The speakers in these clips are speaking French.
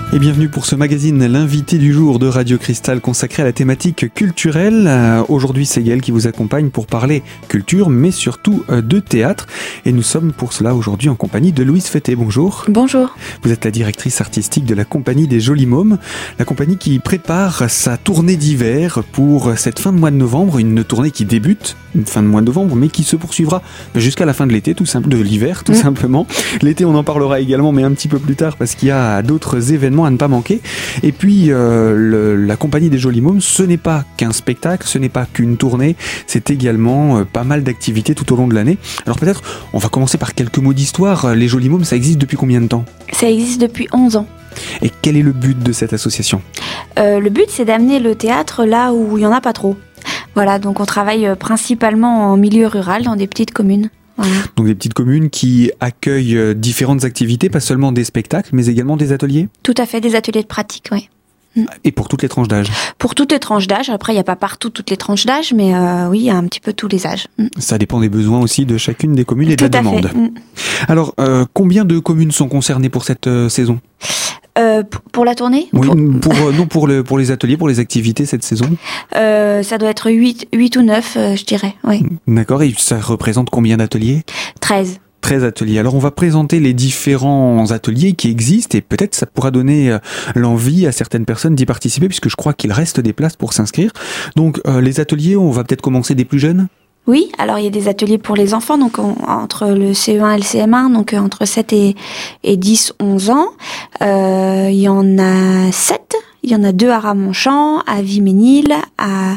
Et bienvenue pour ce magazine, l'invité du jour de Radio Cristal consacré à la thématique culturelle. Aujourd'hui, c'est Gaëlle qui vous accompagne pour parler culture, mais surtout de théâtre. Et nous sommes pour cela aujourd'hui en compagnie de Louise Fété. Bonjour. Bonjour. Vous êtes la directrice artistique de la compagnie des Jolis Mômes, la compagnie qui prépare sa tournée d'hiver pour cette fin de mois de novembre, une tournée qui débute une fin de mois de novembre, mais qui se poursuivra jusqu'à la fin de l'été, de l'hiver, tout simplement. L'été, on en parlera également, mais un petit peu plus tard, parce qu'il y a d'autres événements à ne pas manquer. Et puis, la compagnie des Jolis Mômes, ce n'est pas qu'un spectacle, ce n'est pas qu'une tournée, c'est également pas mal d'activités tout au long de l'année. Alors peut-être, on va commencer par quelques mots d'histoire. Les Jolis Mômes, ça existe depuis combien de temps ? Ça existe depuis 11 ans. Et quel est le but de cette association ? Le but, c'est d'amener le théâtre là où il n'y en a pas trop. Voilà, donc on travaille principalement en milieu rural, dans des petites communes. Voilà. Donc des petites communes qui accueillent différentes activités, pas seulement des spectacles, mais également des ateliers ? Tout à fait, des ateliers de pratique, oui. Et pour toutes les tranches d'âge ? Pour toutes les tranches d'âge. Après, il n'y a pas partout toutes les tranches d'âge, mais oui, il y a un petit peu tous les âges. Ça dépend des besoins aussi de chacune des communes et de la demande. Fait. Alors, combien de communes sont concernées pour cette saison ? Pour la tournée ? Oui, pour les ateliers, pour les activités cette saison ? Ça doit être 8 ou 9, je dirais. Oui. D'accord, et ça représente combien d'ateliers ? 13. 13 ateliers. Alors on va présenter les différents ateliers qui existent et peut-être ça pourra donner l'envie à certaines personnes d'y participer puisque je crois qu'il reste des places pour s'inscrire. Donc les ateliers, on va peut-être commencer des plus jeunes ? Oui, alors il y a des ateliers pour les enfants, donc entre le CE1 et le CM1, donc entre 7 et 10, 11 ans. Il y en a 7, il y en a 2 à Ramonchamp, à Viménil, à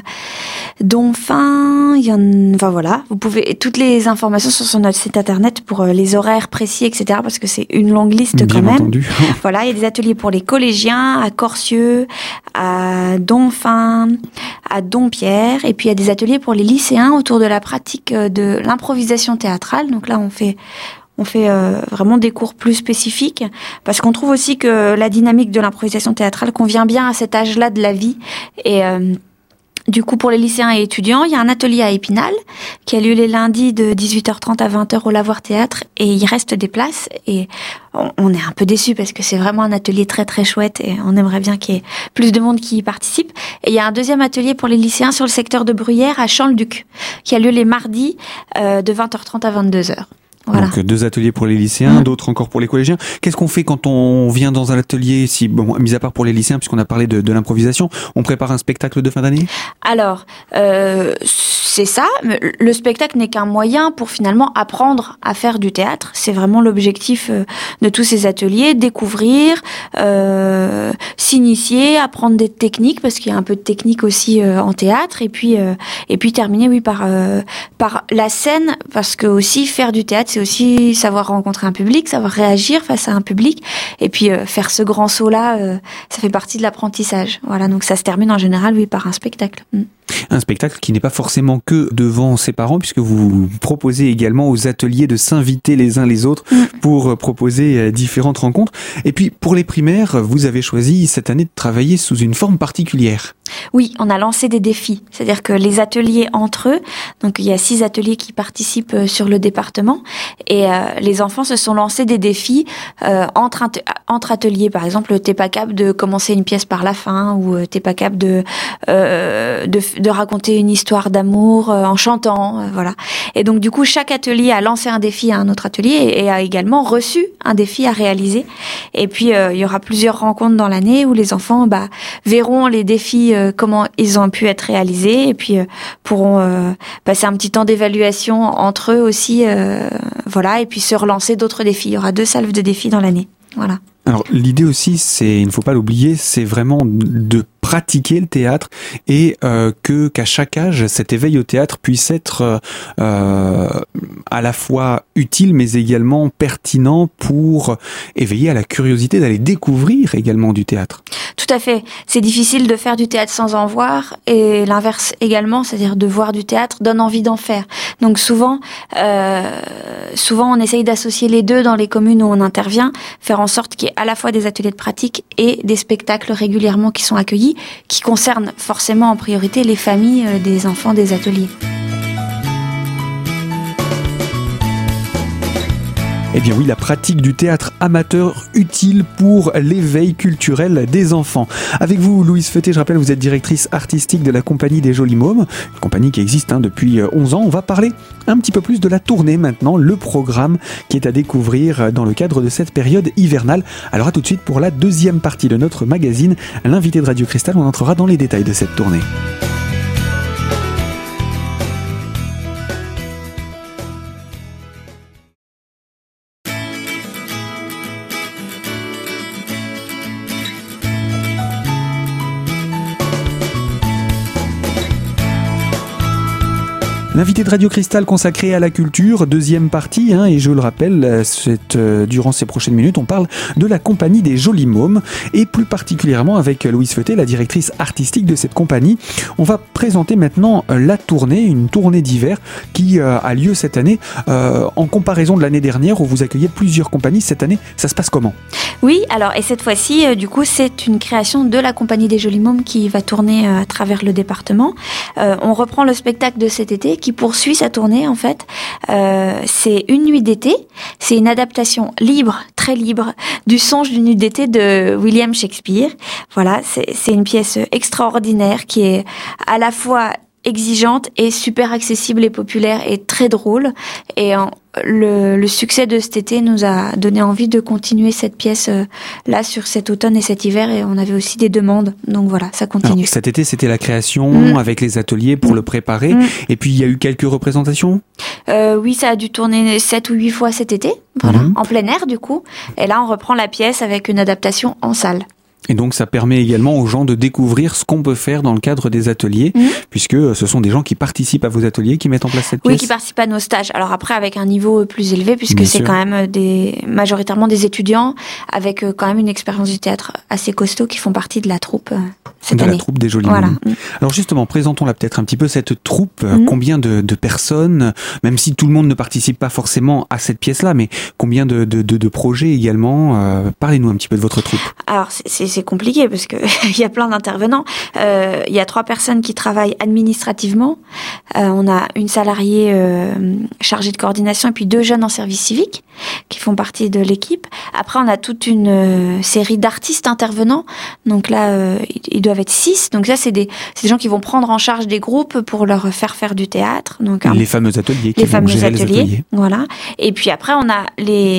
Donfin, enfin voilà, vous pouvez, toutes les informations sont sur notre site internet pour les horaires précis, etc., parce que c'est une longue liste quand même. Bien entendu. Voilà, il y a des ateliers pour les collégiens, à Corcieux, à Donfin, à Dompierre, et puis il y a des ateliers pour les lycéens autour de la pratique de l'improvisation théâtrale, donc là on fait vraiment des cours plus spécifiques parce qu'on trouve aussi que la dynamique de l'improvisation théâtrale convient bien à cet âge-là de la vie. Et du coup, pour les lycéens et étudiants, il y a un atelier à Épinal qui a lieu les lundis de 18h30 à 20h au Lavoir Théâtre et il reste des places et on est un peu déçus parce que c'est vraiment un atelier très très chouette et on aimerait bien qu'il y ait plus de monde qui y participe. Et il y a un deuxième atelier pour les lycéens sur le secteur de Bruyères à Champ-le-Duc qui a lieu les mardis de 20h30 à 22h. Voilà. Donc 2 ateliers pour les lycéens, d'autres encore pour les collégiens. Qu'est-ce qu'on fait quand on vient dans un atelier, mis à part pour les lycéens, puisqu'on a parlé de l'improvisation, on prépare un spectacle de fin d'année ? Alors, c'est ça. Le spectacle n'est qu'un moyen pour finalement apprendre à faire du théâtre. C'est vraiment l'objectif de tous ces ateliers, découvrir, s'initier, apprendre des techniques, parce qu'il y a un peu de technique aussi en théâtre, et puis terminer par la scène, parce que aussi faire du théâtre, c'est aussi savoir rencontrer un public, savoir réagir face à un public, et puis faire ce grand saut-là, ça fait partie de l'apprentissage. Voilà, donc ça se termine en général, par un spectacle. Un spectacle qui n'est pas forcément que devant ses parents, puisque vous proposez également aux ateliers de s'inviter les uns les autres pour proposer différentes rencontres. Et puis, pour les primaires, vous avez choisi cette année de travailler sous une forme particulière. Oui, on a lancé des défis. C'est-à-dire que les ateliers entre eux, donc il y a 6 ateliers qui participent sur le département, et les enfants se sont lancés des défis entre ateliers. Par exemple, t'es pas capable de commencer une pièce par la fin, ou t'es pas capable de raconter une histoire d'amour en chantant, voilà. Et donc du coup, chaque atelier a lancé un défi à un autre atelier et a également reçu un défi à réaliser. Et puis il y aura plusieurs rencontres dans l'année où les enfants verront les défis, comment ils ont pu être réalisés, et puis pourront passer un petit temps d'évaluation entre eux aussi, voilà, et puis se relancer d'autres défis. Il y aura 2 salves de défis dans l'année, voilà. Alors l'idée aussi, il ne faut pas l'oublier, c'est vraiment de pratiquer le théâtre et qu'à chaque âge, cet éveil au théâtre puisse être à la fois utile mais également pertinent pour éveiller à la curiosité d'aller découvrir également du théâtre. Tout à fait. C'est difficile de faire du théâtre sans en voir, et l'inverse également, c'est-à-dire de voir du théâtre donne envie d'en faire. Donc souvent on essaye d'associer les deux dans les communes où on intervient, faire en sorte qu'il y ait à la fois des ateliers de pratique et des spectacles régulièrement qui sont accueillis, qui concernent forcément en priorité les familles des enfants des ateliers. Eh bien oui, la pratique du théâtre amateur utile pour l'éveil culturel des enfants. Avec vous, Louise Feuté, je rappelle, vous êtes directrice artistique de la Compagnie des Jolis Mômes, une compagnie qui existe depuis 11 ans. On va parler un petit peu plus de la tournée maintenant, le programme qui est à découvrir dans le cadre de cette période hivernale. Alors à tout de suite pour la deuxième partie de notre magazine, l'invité de Radio Cristal, on entrera dans les détails de cette tournée. L'invité de Radio Cristal consacré à la culture, deuxième partie, et je le rappelle, durant ces prochaines minutes, on parle de la Compagnie des Jolis Mômes, et plus particulièrement avec Louise Feuté, la directrice artistique de cette compagnie. On va présenter maintenant la tournée, une tournée d'hiver qui a lieu cette année, en comparaison de l'année dernière où vous accueillez plusieurs compagnies. Cette année, ça se passe comment ? Oui, alors, et cette fois-ci, du coup, c'est une création de la Compagnie des Jolis Mômes qui va tourner à travers le département. On reprend le spectacle de cet été qui poursuit sa tournée en fait. C'est Une nuit d'été. C'est une adaptation libre, très libre, du Songe d'une nuit d'été de William Shakespeare. Voilà, c'est une pièce extraordinaire qui est à la fois exigeante et super accessible et populaire et très drôle. Et le succès de cet été nous a donné envie de continuer cette pièce là sur cet automne et cet hiver, et on avait aussi des demandes, donc voilà, ça continue. Alors, cet été c'était la création avec les ateliers pour le préparer, et puis il y a eu quelques représentations. Oui, ça a dû tourner 7 ou 8 fois cet été, voilà, en plein air du coup, et là on reprend la pièce avec une adaptation en salle. Et donc ça permet également aux gens de découvrir ce qu'on peut faire dans le cadre des ateliers, puisque ce sont des gens qui participent à vos ateliers, qui mettent en place cette pièce. Oui, qui participent à nos stages. Alors après, avec un niveau plus élevé, puisque Bien c'est sûr. Quand même majoritairement des étudiants, avec quand même une expérience du théâtre assez costaud, qui font partie de la troupe cette année. De la troupe des Jolis Mômes. Alors justement, présentons-la peut-être un petit peu, cette troupe. Combien de personnes, même si tout le monde ne participe pas forcément à cette pièce-là, mais combien de projets également. Parlez-nous un petit peu de votre troupe. Alors c'est compliqué parce que il y a plein d'intervenants. Il y a 3 personnes qui travaillent administrativement. On a une salariée chargée de coordination et puis 2 jeunes en service civique qui font partie de l'équipe. Après, on a toute une série d'artistes intervenants. Donc là, ils doivent être 6. Donc ça, c'est des gens qui vont prendre en charge des groupes pour leur faire du théâtre. Donc les fameux ateliers. Les fameux ateliers. Voilà. Et puis après, on a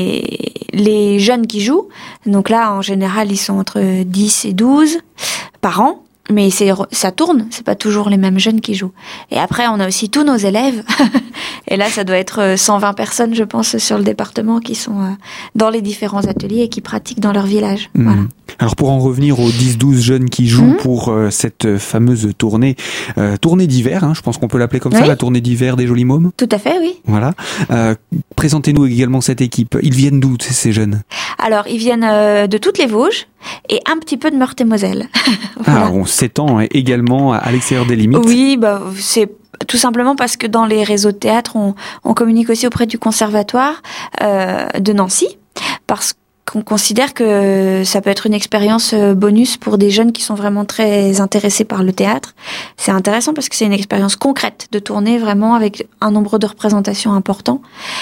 les jeunes qui jouent. Donc là, en général, ils sont entre 10 et 12 par an. Mais ça tourne, c'est pas toujours les mêmes jeunes qui jouent. Et après, on a aussi tous nos élèves. Et là, ça doit être 120 personnes, je pense, sur le département qui sont dans les différents ateliers et qui pratiquent dans leur village. Voilà. Alors, pour en revenir aux 10-12 jeunes qui jouent pour cette fameuse tournée d'hiver, je pense qu'on peut l'appeler comme ça, la tournée d'hiver des Jolis Mômes. Tout à fait, oui. Voilà. Présentez-nous également cette équipe. Ils viennent d'où, ces jeunes ? Alors, ils viennent de toutes les Vosges et un petit peu de Meurthe-et-Moselle. Voilà. On s'étend également à l'extérieur des limites. Oui, c'est tout simplement parce que dans les réseaux de théâtre, on communique aussi auprès du conservatoire de Nancy, parce qu'on considère que ça peut être une expérience bonus pour des jeunes qui sont vraiment très intéressés par le théâtre. C'est intéressant parce que c'est une expérience concrète de tourner vraiment avec un nombre de représentations important.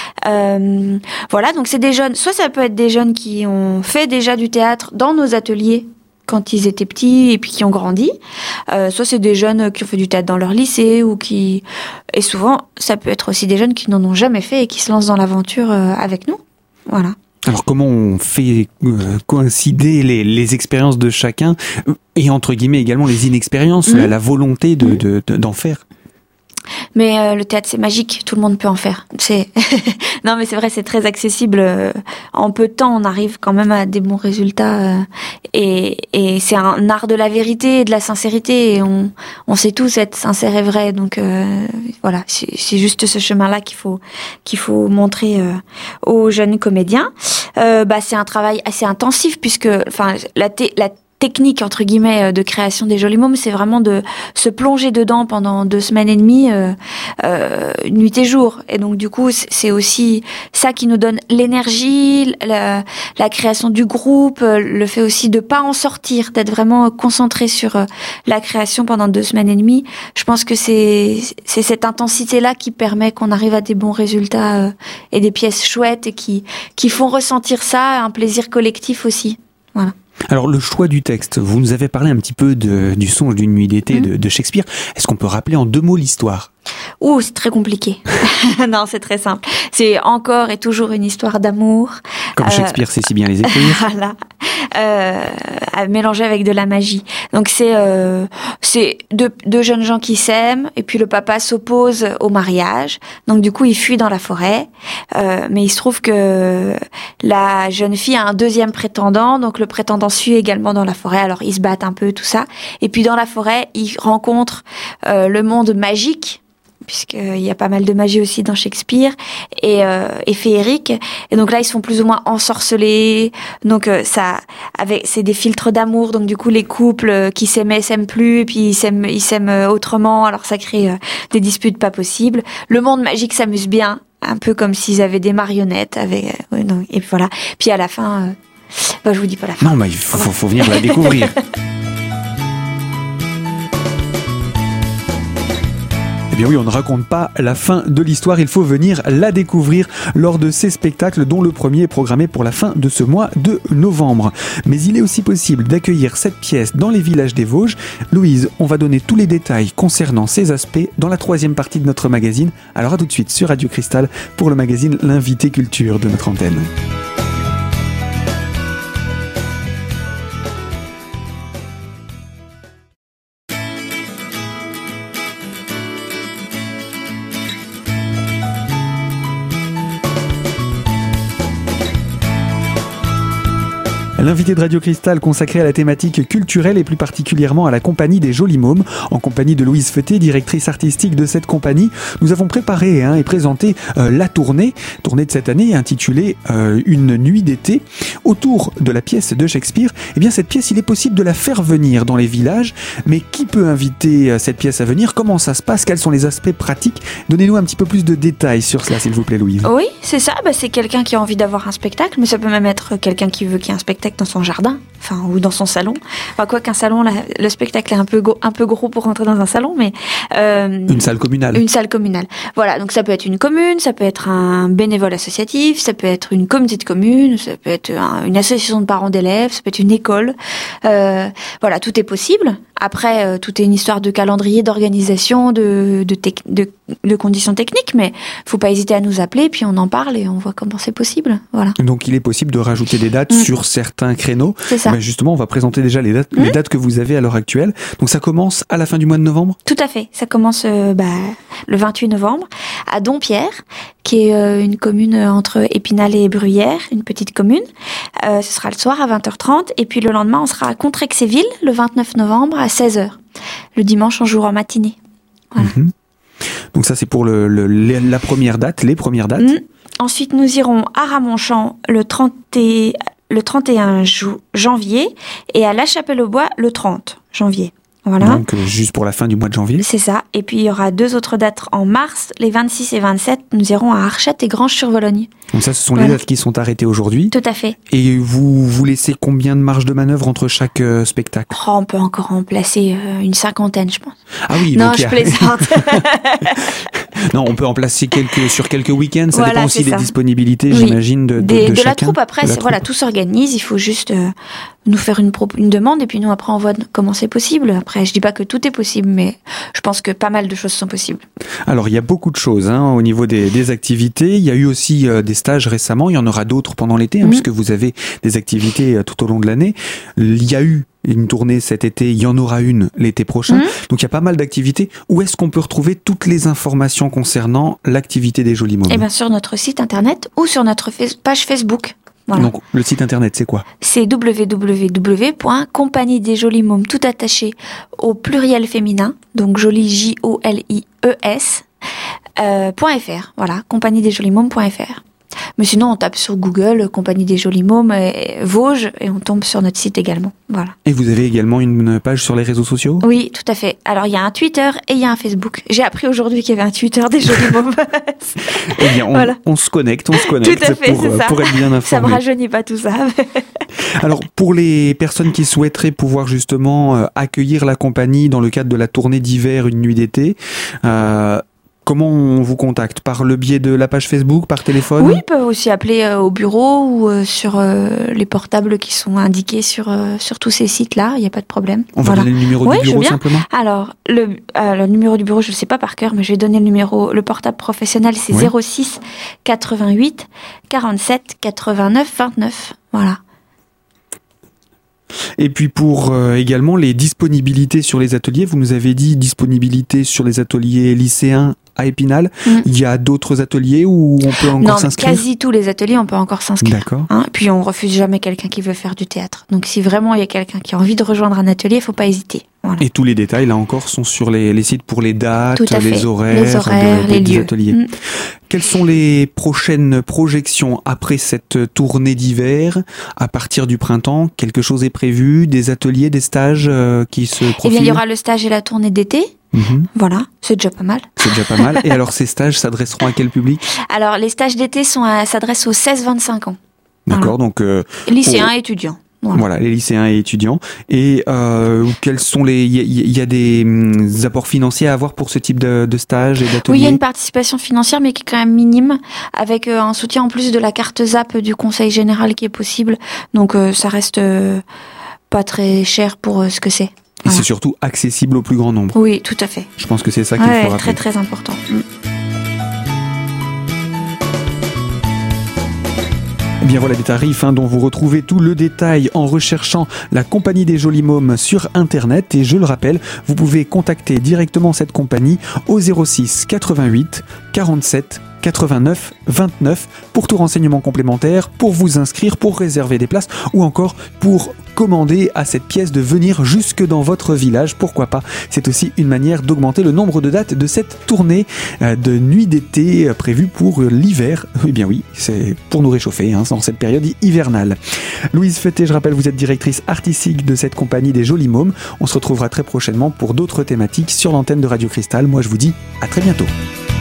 Voilà, donc c'est des jeunes, soit ça peut être des jeunes qui ont fait déjà du théâtre dans nos ateliers quand ils étaient petits et puis qui ont grandi, soit c'est des jeunes qui ont fait du théâtre dans leur lycée et souvent ça peut être aussi des jeunes qui n'en ont jamais fait et qui se lancent dans l'aventure avec nous. Voilà. Alors comment on fait coïncider les expériences de chacun et entre guillemets également les inexpériences, la volonté d'en faire? Mais le théâtre c'est magique, tout le monde peut en faire. Non mais c'est vrai, c'est très accessible. En peu de temps, on arrive quand même à des bons résultats. Et c'est un art de la vérité et de la sincérité. Et on sait tous être sincère et vrai. Donc voilà, c'est juste ce chemin-là qu'il faut montrer aux jeunes comédiens. C'est un travail assez intensif puisque, enfin, la technique entre guillemets de création des Jolis Mômes, c'est vraiment de se plonger dedans pendant 2 semaines et demie, nuit et jour. Et donc du coup, c'est aussi ça qui nous donne l'énergie, la création du groupe, le fait aussi de pas en sortir, d'être vraiment concentré sur la création pendant 2 semaines et demie. Je pense que c'est cette intensité-là qui permet qu'on arrive à des bons résultats et des pièces chouettes et qui font ressentir ça, un plaisir collectif aussi. Voilà. Alors le choix du texte, vous nous avez parlé un petit peu du songe d'une nuit d'été de Shakespeare. Est-ce qu'on peut rappeler en 2 mots l'histoire ? C'est très compliqué. Non, c'est très simple. C'est encore et toujours une histoire d'amour. Comme Shakespeare sait si bien les écrire. Voilà. Mélangé avec de la magie. Donc c'est deux jeunes gens qui s'aiment et puis le papa s'oppose au mariage. Donc du coup il fuit dans la forêt. Mais il se trouve que la jeune fille a un 2e prétendant. Donc le prétendant suit également dans la forêt. Alors ils se battent un peu tout ça. Et puis dans la forêt ils rencontrent le monde magique, puisqu'il y a pas mal de magie aussi dans Shakespeare, et féerique. Et donc là, ils sont plus ou moins ensorcelés. Donc c'est des filtres d'amour. Donc du coup, les couples qui s'aimaient s'aiment plus, et puis ils s'aiment autrement. Alors ça crée des disputes pas possibles. Le monde magique s'amuse bien, un peu comme s'ils avaient des marionnettes. Et puis voilà. Puis à la fin, je vous dis pas la fin. Non, mais il faut venir la découvrir. Eh bien oui, on ne raconte pas la fin de l'histoire, il faut venir la découvrir lors de ces spectacles dont le premier est programmé pour la fin de ce mois de novembre. Mais il est aussi possible d'accueillir cette pièce dans les villages des Vosges. Louise, on va donner tous les détails concernant ces aspects dans la 3e partie de notre magazine. Alors à tout de suite sur Radio Cristal pour le magazine L'invité culture de notre antenne. L'invité de Radio Cristal consacré à la thématique culturelle et plus particulièrement à la compagnie des Jolis Mômes. En compagnie de Louise Feuté, directrice artistique de cette compagnie, nous avons préparé et présenté la tournée de cette année intitulée Une nuit d'été autour de la pièce de Shakespeare. Eh bien cette pièce, il est possible de la faire venir dans les villages, mais qui peut inviter cette pièce à venir ? Comment ça se passe ? Quels sont les aspects pratiques ? Donnez-nous un petit peu plus de détails sur cela, s'il vous plaît, Louise. Oui, c'est ça. C'est quelqu'un qui a envie d'avoir un spectacle, mais ça peut même être quelqu'un qui veut qu'il y ait un spectacle dans son jardin, ou dans son salon. Quoi qu'un salon, le spectacle est un peu gros pour rentrer dans un salon, mais une salle communale. Une salle communale. Voilà, donc ça peut être une commune, ça peut être un bénévole associatif, ça peut être une communauté de communes, ça peut être une association de parents d'élèves, ça peut être une école. Voilà, tout est possible. Après, tout est une histoire de calendrier, d'organisation, de conditions techniques, mais faut pas hésiter à nous appeler, puis on en parle et on voit comment c'est possible. Voilà. Donc il est possible de rajouter des dates sur certains créneaux. C'est ça. Mais justement, on va présenter déjà les dates que vous avez à l'heure actuelle. Donc ça commence à la fin du mois de novembre ? Tout à fait. Ça commence le 28 novembre à Dompierre, qui est une commune entre Épinal et Bruyères, une petite commune. Ce sera le soir à 20h30. Et puis le lendemain, on sera à Contrexéville, le 29 novembre à 16h. Le dimanche, on jouera en matinée. Voilà. Donc ça, c'est pour la première date, les premières dates. Ensuite, nous irons à Ramonchamp le 31 janvier et à La Chapelle-aux-Bois le 30 janvier. Voilà. Donc juste pour la fin du mois de janvier. C'est ça. Et puis il y aura 2 autres dates en mars, les 26 et 27. Nous irons à Archette et Granges-sur-Vologne. Donc ça, ce sont les dates qui sont arrêtées aujourd'hui. Tout à fait. Et vous laissez combien de marge de manœuvre entre chaque spectacle ? On peut encore en placer une 50aine, je pense. Ah oui. Non, je plaisante. Non, on peut en placer sur quelques week-ends. Ça dépend aussi des disponibilités, oui, j'imagine, de chacun. La troupe. Après, tout s'organise. Il faut juste nous faire une demande et puis nous, après, on voit comment c'est possible. Après, je dis pas que tout est possible, mais je pense que pas mal de choses sont possibles. Alors, il y a beaucoup de choses au niveau des activités. Il y a eu aussi des stages récemment. Il y en aura d'autres pendant l'été, puisque vous avez des activités tout au long de l'année. Il y a eu une tournée cet été, il y en aura une l'été prochain. Donc il y a pas mal d'activités. Où est-ce qu'on peut retrouver toutes les informations concernant l'activité des Jolis Mômes ? Eh bien sur notre site internet ou sur notre page Facebook. Voilà. Donc le site internet, c'est quoi ? C'est www.compagniedesjolismômes tout attaché au pluriel féminin, donc joli JOLIES .fr. Voilà, compagniedesjolismômes.fr. Mais sinon, on tape sur Google, Compagnie des Jolis Mômes, Vosges, et on tombe sur notre site également. Voilà. Et vous avez également une page sur les réseaux sociaux ? Oui, tout à fait. Alors, il y a un Twitter et il y a un Facebook. J'ai appris aujourd'hui qu'il y avait un Twitter des Jolis Mômes. Eh bien, on se connecte tout à fait, pour être bien informé. Ça me rajeunit pas tout ça. Alors, pour les personnes qui souhaiteraient pouvoir justement accueillir la compagnie dans le cadre de la tournée d'hiver Une nuit d'été, comment on vous contacte ? Par le biais de la page Facebook, par téléphone ? Oui, ils peuvent aussi appeler au bureau ou sur les portables qui sont indiqués sur tous ces sites-là. Il n'y a pas de problème. On va donner le numéro du bureau simplement ? Alors, le numéro du bureau, je ne le sais pas par cœur, mais je vais donner le portable professionnel, c'est 06 88 47 89 29. Voilà. Et puis pour également les disponibilités sur les ateliers, vous nous avez dit disponibilité sur les ateliers lycéens à Épinal. Il y a d'autres ateliers où on peut encore s'inscrire ? Non, quasi tous les ateliers, on peut encore s'inscrire. D'accord. Puis on refuse jamais quelqu'un qui veut faire du théâtre. Donc si vraiment il y a quelqu'un qui a envie de rejoindre un atelier, il ne faut pas hésiter. Voilà. Et tous les détails, là encore, sont sur les sites pour les dates, les horaires, les lieux. des ateliers. Quelles sont les prochaines projections après cette tournée d'hiver ? À partir du printemps, quelque chose est prévu ? Des ateliers, des stages qui se profilent ? Eh bien, il y aura le stage et la tournée d'été. Voilà, c'est déjà pas mal. C'est déjà pas mal. Et alors, ces stages s'adresseront à quel public ? Alors, les stages d'été s'adressent aux 16-25 ans. D'accord, donc... lycéens et étudiants. Voilà, les lycéens et étudiants. Et quels sont il y a des apports financiers à avoir pour ce type de stage et d'atelier ? Oui, il y a une participation financière, mais qui est quand même minime, avec un soutien en plus de la carte ZAP du Conseil général qui est possible. Donc, ça reste pas très cher pour ce que c'est. Et c'est surtout accessible au plus grand nombre. Oui, tout à fait. Je pense que c'est ça qu'il faut rappeler. Très très important. Eh bien voilà des tarifs dont vous retrouvez tout le détail en recherchant la Compagnie des Jolis Mômes sur Internet. Et je le rappelle, vous pouvez contacter directement cette compagnie au 06 88 47 89 29 pour tout renseignement complémentaire, pour vous inscrire, pour réserver des places ou encore pour commander à cette pièce de venir jusque dans votre village. Pourquoi pas ? C'est aussi une manière d'augmenter le nombre de dates de cette tournée de nuit d'été prévue pour l'hiver. Eh bien oui, c'est pour nous réchauffer dans cette période hivernale. Louise Feutet, je rappelle, vous êtes directrice artistique de cette compagnie des Jolis Mômes. On se retrouvera très prochainement pour d'autres thématiques sur l'antenne de Radio Cristal. Moi, je vous dis à très bientôt.